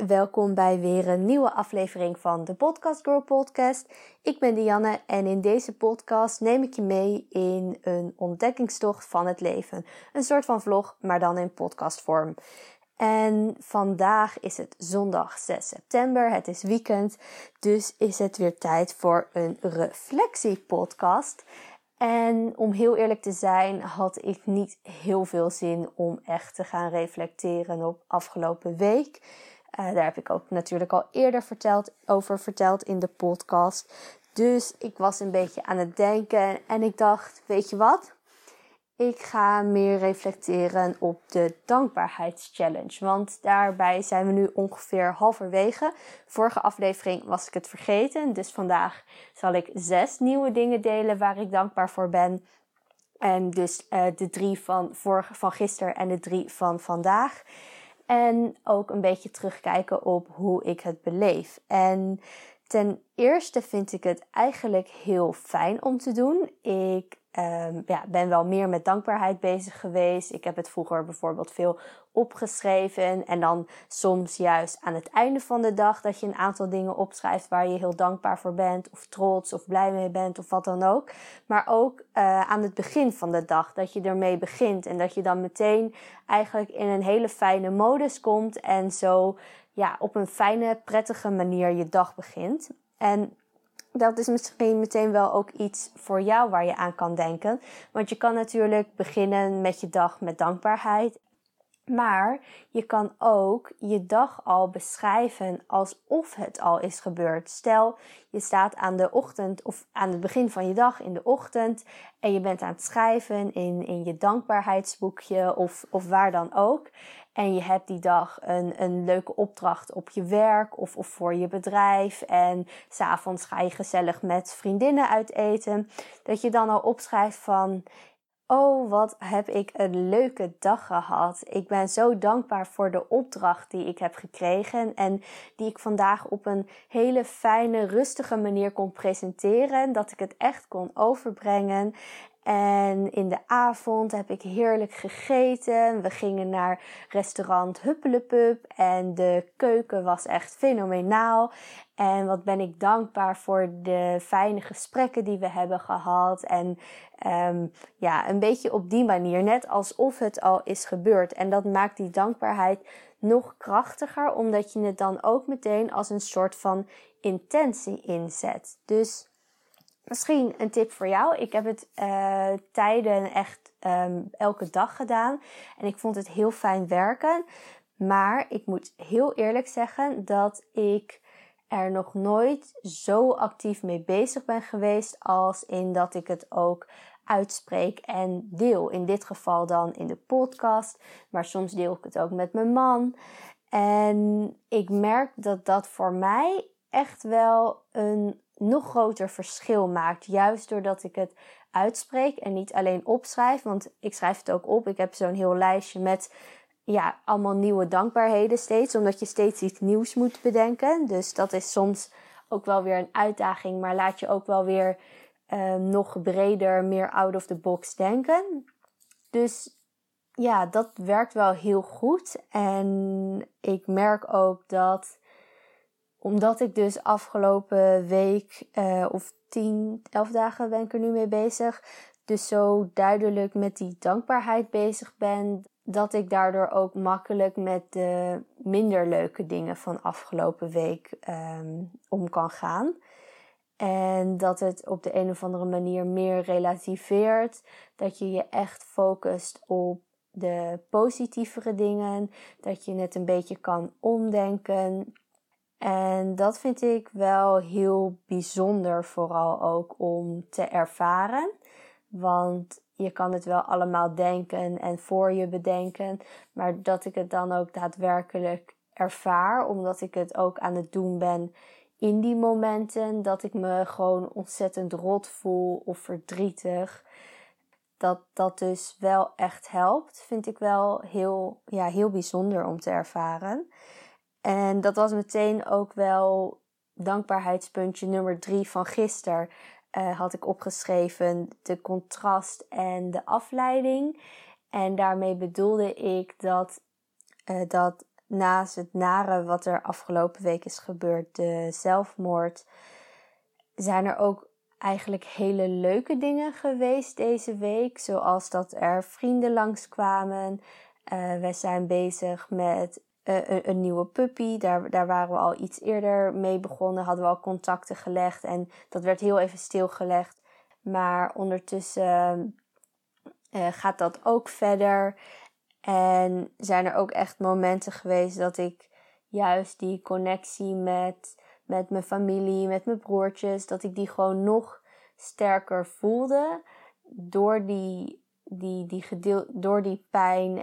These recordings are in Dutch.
welkom bij weer een nieuwe aflevering van de Podcast Girl Podcast. Ik ben Dianne en in deze podcast neem ik je mee in een ontdekkingstocht van het leven. Een soort van vlog, maar dan in podcastvorm. En vandaag is het zondag 6 september, het is weekend, dus is het weer tijd voor een reflectiepodcast. En om heel eerlijk te zijn had ik niet heel veel zin om echt te gaan reflecteren op afgelopen week. Daar heb ik ook natuurlijk al eerder over verteld in de podcast. Dus ik was een beetje aan het denken en ik dacht, weet je wat? Ik ga meer reflecteren op de dankbaarheidschallenge. Want daarbij zijn we nu ongeveer halverwege. Vorige aflevering was ik het vergeten. Dus vandaag zal ik 6 nieuwe dingen delen waar ik dankbaar voor ben. En dus de 3 van gisteren en de 3 van vandaag. En ook een beetje terugkijken op hoe ik het beleef. En ten eerste vind ik het eigenlijk heel fijn om te doen. Ik ben wel meer met dankbaarheid bezig geweest. Ik heb het vroeger bijvoorbeeld veel opgeschreven. En dan soms juist aan het einde van de dag dat je een aantal dingen opschrijft waar je heel dankbaar voor bent. Of trots of blij mee bent of wat dan ook. Maar ook aan het begin van de dag dat je ermee begint. En dat je dan meteen eigenlijk in een hele fijne modus komt. En zo op een fijne, prettige manier je dag begint. En dat is misschien meteen wel ook iets voor jou waar je aan kan denken. Want je kan natuurlijk beginnen met je dag met dankbaarheid. Maar je kan ook je dag al beschrijven alsof het al is gebeurd. Stel, je staat aan de ochtend of aan het begin van je dag in de ochtend en je bent aan het schrijven in je dankbaarheidsboekje of waar dan ook. En je hebt die dag een leuke opdracht op je werk of voor je bedrijf. En 's avonds ga je gezellig met vriendinnen uit eten. Dat je dan al opschrijft van: oh, wat heb ik een leuke dag gehad. Ik ben zo dankbaar voor de opdracht die ik heb gekregen. En die ik vandaag op een hele fijne, rustige manier kon presenteren. Dat ik het echt kon overbrengen. En in de avond heb ik heerlijk gegeten. We gingen naar restaurant Huppelepup. En de keuken was echt fenomenaal. En wat ben ik dankbaar voor de fijne gesprekken die we hebben gehad. En een beetje op die manier. Net alsof het al is gebeurd. En dat maakt die dankbaarheid nog krachtiger. Omdat je het dan ook meteen als een soort van intentie inzet. Dus misschien een tip voor jou. Ik heb het tijden echt elke dag gedaan. En ik vond het heel fijn werken. Maar ik moet heel eerlijk zeggen dat ik er nog nooit zo actief mee bezig ben geweest als in dat ik het ook uitspreek en deel. In dit geval dan in de podcast, maar soms deel ik het ook met mijn man. En ik merk dat dat voor mij echt wel een nog groter verschil maakt. Juist doordat ik het uitspreek en niet alleen opschrijf, want ik schrijf het ook op. Ik heb zo'n heel lijstje met allemaal nieuwe dankbaarheden steeds. Omdat je steeds iets nieuws moet bedenken. Dus dat is soms ook wel weer een uitdaging. Maar laat je ook wel weer nog breder, meer out of the box denken. Dus dat werkt wel heel goed. En ik merk ook dat, omdat ik dus afgelopen week of 10, 11 dagen ben ik er nu mee bezig. Dus zo duidelijk met die dankbaarheid bezig ben, dat ik daardoor ook makkelijk met de minder leuke dingen van afgelopen week om kan gaan. En dat het op de een of andere manier meer relativeert. Dat je je echt focust op de positievere dingen. Dat je het een beetje kan omdenken. En dat vind ik wel heel bijzonder, vooral ook om te ervaren. Want je kan het wel allemaal denken en voor je bedenken. Maar dat ik het dan ook daadwerkelijk ervaar. Omdat ik het ook aan het doen ben in die momenten. Dat ik me gewoon ontzettend rot voel of verdrietig. Dat dus wel echt helpt. Vind ik wel heel bijzonder om te ervaren. En dat was meteen ook wel dankbaarheidspuntje nummer 3 van gisteren. Had ik opgeschreven de contrast en de afleiding. En daarmee bedoelde ik dat naast het nare wat er afgelopen week is gebeurd, de zelfmoord, zijn er ook eigenlijk hele leuke dingen geweest deze week. Zoals dat er vrienden langskwamen. We zijn bezig met een nieuwe puppy. Daar waren we al iets eerder mee begonnen. Hadden we al contacten gelegd. En dat werd heel even stilgelegd. Maar ondertussen gaat dat ook verder. En zijn er ook echt momenten geweest dat ik juist die connectie met mijn familie, met mijn broertjes, dat ik die gewoon nog sterker voelde door door die pijn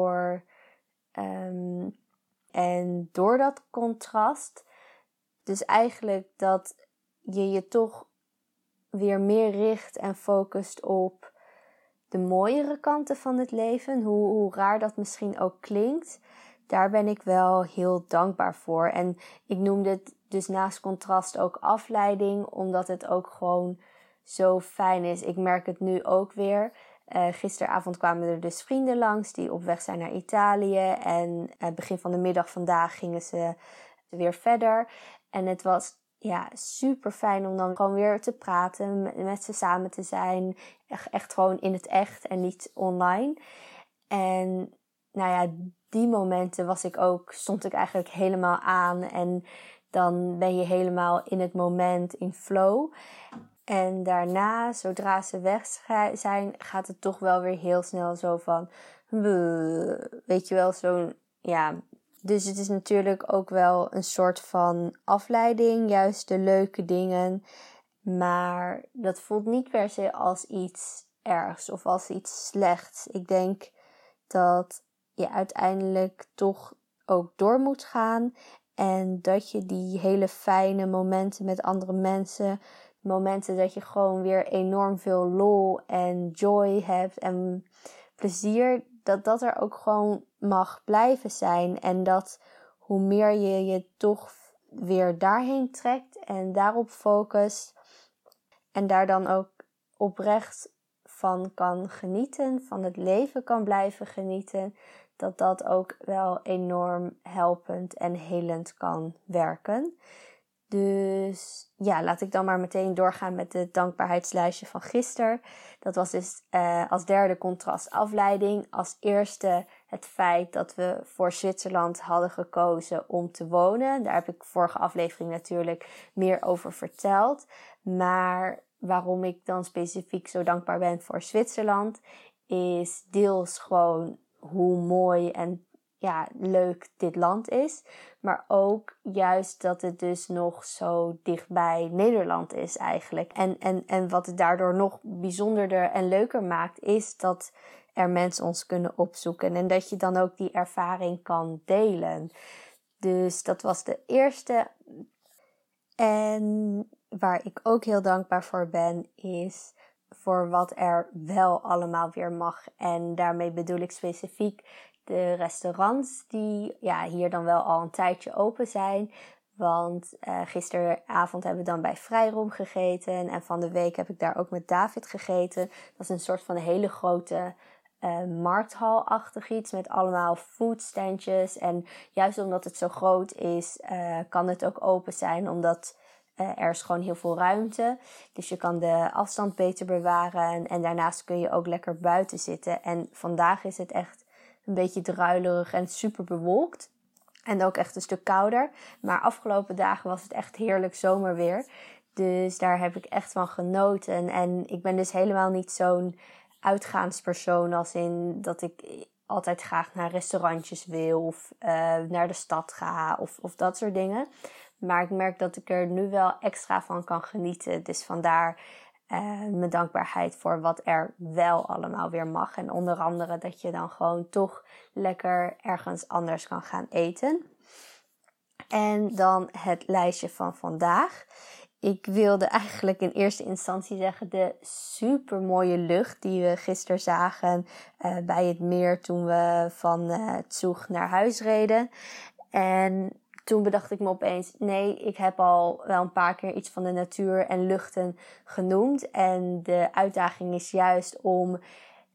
en door dat contrast. Dus eigenlijk dat je je toch weer meer richt en focust op de mooiere kanten van het leven, hoe raar dat misschien ook klinkt, daar ben ik wel heel dankbaar voor. En ik noem dit dus naast contrast ook afleiding, omdat het ook gewoon zo fijn is. Ik merk het nu ook weer. Gisteravond kwamen er dus vrienden langs die op weg zijn naar Italië. En begin van de middag vandaag gingen ze weer verder. En het was super fijn om dan gewoon weer te praten, met ze samen te zijn. Echt gewoon in het echt en niet online. En die momenten stond ik eigenlijk helemaal aan. En dan ben je helemaal in het moment, in flow. En daarna, zodra ze weg zijn, gaat het toch wel weer heel snel zo van, weet je wel, zo'n, Dus het is natuurlijk ook wel een soort van afleiding, juist de leuke dingen. Maar dat voelt niet per se als iets ergs of als iets slechts. Ik denk dat je uiteindelijk toch ook door moet gaan. En dat je die hele fijne momenten met andere mensen, momenten dat je gewoon weer enorm veel lol en joy hebt en plezier, dat er ook gewoon mag blijven zijn. En dat hoe meer je je toch weer daarheen trekt en daarop focust en daar dan ook oprecht van kan genieten, van het leven kan blijven genieten, dat ook wel enorm helpend en helend kan werken. Dus laat ik dan maar meteen doorgaan met het dankbaarheidslijstje van gisteren. Dat was dus als derde contrast afleiding. Als eerste het feit dat we voor Zwitserland hadden gekozen om te wonen. Daar heb ik vorige aflevering natuurlijk meer over verteld. Maar waarom ik dan specifiek zo dankbaar ben voor Zwitserland, is deels gewoon hoe mooi en leuk dit land is. Maar ook juist dat het dus nog zo dichtbij Nederland is eigenlijk. En wat het daardoor nog bijzonderder en leuker maakt, is dat er mensen ons kunnen opzoeken. En dat je dan ook die ervaring kan delen. Dus dat was de eerste. En waar ik ook heel dankbaar voor ben, is voor wat er wel allemaal weer mag. En daarmee bedoel ik specifiek de restaurants die hier dan wel al een tijdje open zijn. Want gisteravond hebben we dan bij Vrijrom gegeten. En van de week heb ik daar ook met David gegeten. Dat is een soort van hele grote markthal-achtig iets met allemaal foodstandjes. En juist omdat het zo groot is, kan het ook open zijn, omdat er is gewoon heel veel ruimte. Dus je kan de afstand beter bewaren. En daarnaast kun je ook lekker buiten zitten. En vandaag is het echt een beetje druilerig en super bewolkt. En ook echt een stuk kouder. Maar afgelopen dagen was het echt heerlijk zomerweer. Dus daar heb ik echt van genoten. En ik ben dus helemaal niet zo'n uitgaanspersoon, als in dat ik altijd graag naar restaurantjes wil of naar de stad ga of dat soort dingen. Maar ik merk dat ik er nu wel extra van kan genieten. Dus vandaar mijn dankbaarheid voor wat er wel allemaal weer mag. En onder andere dat je dan gewoon toch lekker ergens anders kan gaan eten. En dan het lijstje van vandaag. Ik wilde eigenlijk in eerste instantie zeggen de supermooie lucht die we gisteren zagen bij het meer toen we van Zug naar huis reden. En toen bedacht ik me opeens, nee, ik heb al wel een paar keer iets van de natuur en luchten genoemd. En de uitdaging is juist om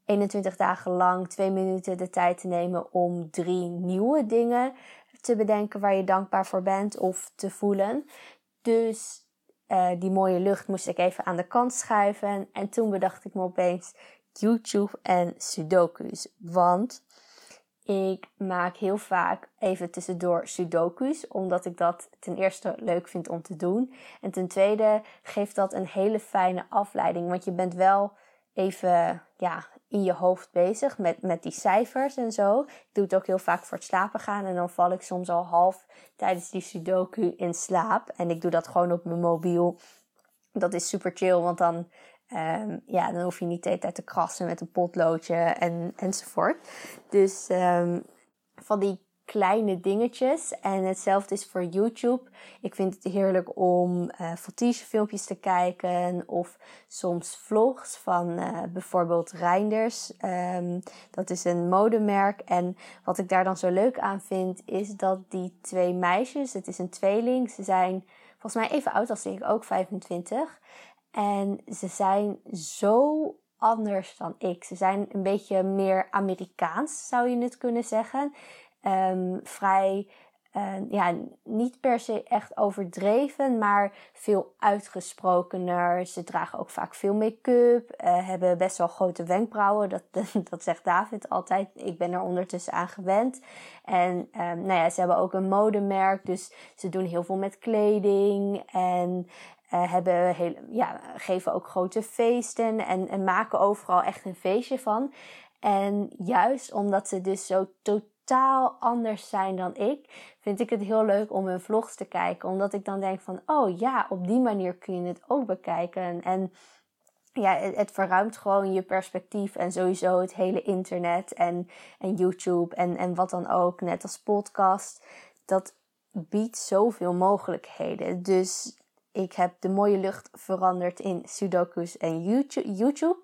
21 dagen lang 2 minuten de tijd te nemen om 3 nieuwe dingen te bedenken waar je dankbaar voor bent of te voelen. Dus die mooie lucht moest ik even aan de kant schuiven. En toen bedacht ik me opeens YouTube en Sudoku's. Want ik maak heel vaak even tussendoor Sudoku's, omdat ik dat ten eerste leuk vind om te doen. En ten tweede geeft dat een hele fijne afleiding, want je bent wel even in je hoofd bezig met die cijfers en zo. Ik doe het ook heel vaak voor het slapen gaan en dan val ik soms al half tijdens die Sudoku in slaap. En ik doe dat gewoon op mijn mobiel. Dat is super chill, want dan hoef je niet de hele tijd te krassen met een potloodje enzovoort. Dus van die kleine dingetjes. En hetzelfde is voor YouTube. Ik vind het heerlijk om voltige filmpjes te kijken. Of soms vlogs van bijvoorbeeld Reinders. Dat is een modemerk. En wat ik daar dan zo leuk aan vind, is dat die 2 meisjes, het is een tweeling. Ze zijn volgens mij even oud als ik, ook 25. En ze zijn zo anders dan ik. Ze zijn een beetje meer Amerikaans, zou je het kunnen zeggen. Vrij, niet per se echt overdreven, maar veel uitgesprokener. Ze dragen ook vaak veel make-up, hebben best wel grote wenkbrauwen. Dat zegt David altijd. Ik ben er ondertussen aan gewend. En ze hebben ook een modemerk, dus ze doen heel veel met kleding en geven ook grote feesten en maken overal echt een feestje van. En juist omdat ze dus zo totaal anders zijn dan ik, vind ik het heel leuk om hun vlogs te kijken. Omdat ik dan denk van, oh ja, op die manier kun je het ook bekijken. En ja, het verruimt gewoon je perspectief en sowieso het hele internet en YouTube en wat dan ook, net als podcast. Dat biedt zoveel mogelijkheden. Dus ik heb de mooie lucht veranderd in Sudoku's en YouTube.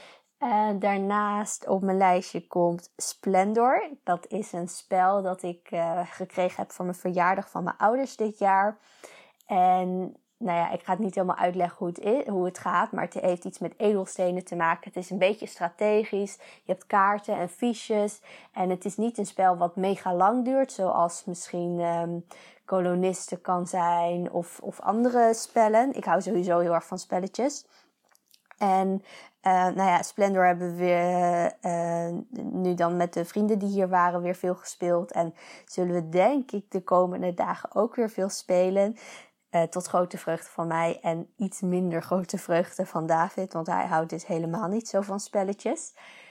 Daarnaast op mijn lijstje komt Splendor. Dat is een spel dat ik gekregen heb voor mijn verjaardag van mijn ouders dit jaar. En ik ga het niet helemaal uitleggen hoe het gaat, maar het heeft iets met edelstenen te maken. Het is een beetje strategisch. Je hebt kaarten en fiches. En het is niet een spel wat mega lang duurt, zoals misschien kolonisten kan zijn of andere spellen. Ik hou sowieso heel erg van spelletjes. En Splendor hebben we weer nu dan met de vrienden die hier waren weer veel gespeeld. En zullen we denk ik de komende dagen ook weer veel spelen. Tot grote vreugde van mij en iets minder grote vreugde van David. Want hij houdt dus helemaal niet zo van spelletjes.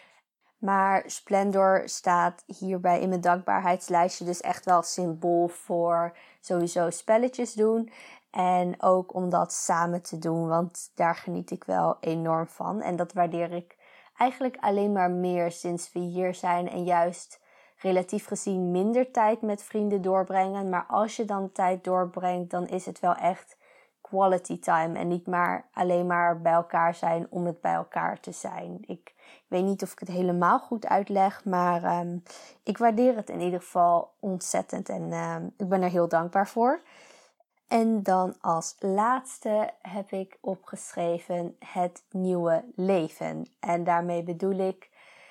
Maar Splendor staat hierbij in mijn dankbaarheidslijstje dus echt wel symbool voor sowieso spelletjes doen. En ook om dat samen te doen, want daar geniet ik wel enorm van. En dat waardeer ik eigenlijk alleen maar meer sinds we hier zijn en juist relatief gezien minder tijd met vrienden doorbrengen. Maar als je dan tijd doorbrengt, dan is het wel echt quality time. En niet maar alleen maar bij elkaar zijn om het bij elkaar te zijn. Ik weet niet of ik het helemaal goed uitleg, maar ik waardeer het in ieder geval ontzettend. En ik ben er heel dankbaar voor. En dan als laatste heb ik opgeschreven het nieuwe leven. En daarmee bedoel ik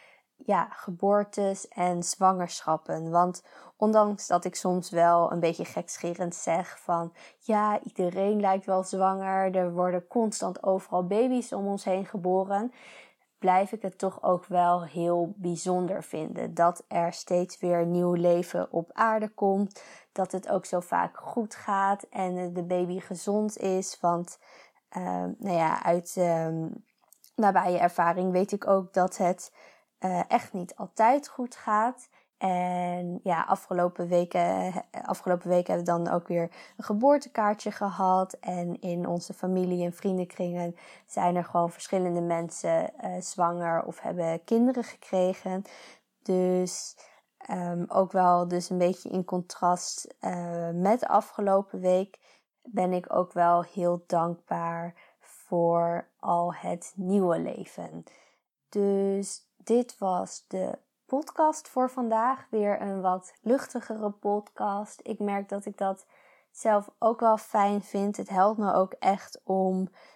geboortes en zwangerschappen. Want ondanks dat ik soms wel een beetje gekscherend zeg van ja, iedereen lijkt wel zwanger, er worden constant overal baby's om ons heen geboren, blijf ik het toch ook wel heel bijzonder vinden dat er steeds weer nieuw leven op aarde komt, dat het ook zo vaak goed gaat en de baby gezond is. Want uit nabije ervaring weet ik ook dat het echt niet altijd goed gaat. En afgelopen weken hebben we dan ook weer een geboortekaartje gehad. En in onze familie- en vriendenkringen zijn er gewoon verschillende mensen zwanger of hebben kinderen gekregen. Dus ook wel dus een beetje in contrast met de afgelopen week ben ik ook wel heel dankbaar voor al het nieuwe leven. Dus dit was de podcast voor vandaag. Weer een wat luchtigere podcast. Ik merk dat ik dat zelf ook wel fijn vind. Het helpt me ook echt om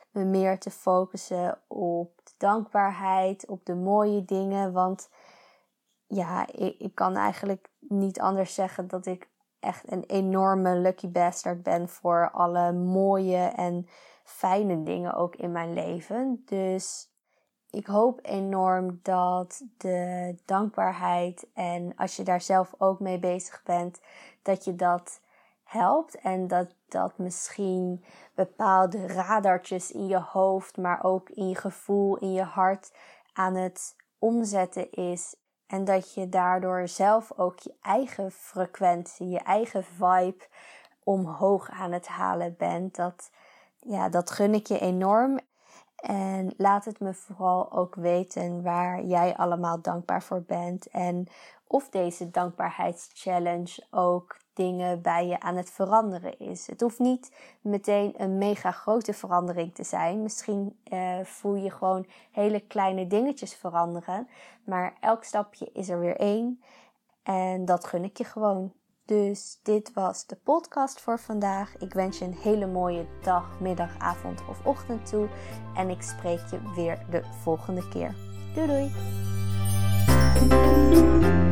me meer te focussen op de dankbaarheid, op de mooie dingen. Want ja, ik kan eigenlijk niet anders zeggen dat ik echt een enorme lucky bastard ben voor alle mooie en fijne dingen ook in mijn leven. Dus ik hoop enorm dat de dankbaarheid en als je daar zelf ook mee bezig bent, dat je dat helpt en dat misschien bepaalde radartjes in je hoofd, maar ook in je gevoel, in je hart aan het omzetten is. En dat je daardoor zelf ook je eigen frequentie, je eigen vibe omhoog aan het halen bent. Dat gun ik je enorm. En laat het me vooral ook weten waar jij allemaal dankbaar voor bent. En of deze dankbaarheidschallenge ook dingen bij je aan het veranderen is. Het hoeft niet meteen een mega grote verandering te zijn. Misschien voel je gewoon hele kleine dingetjes veranderen. Maar elk stapje is er weer één. En dat gun ik je gewoon. Dus dit was de podcast voor vandaag. Ik wens je een hele mooie dag, middag, avond of ochtend toe. En ik spreek je weer de volgende keer. Doei doei!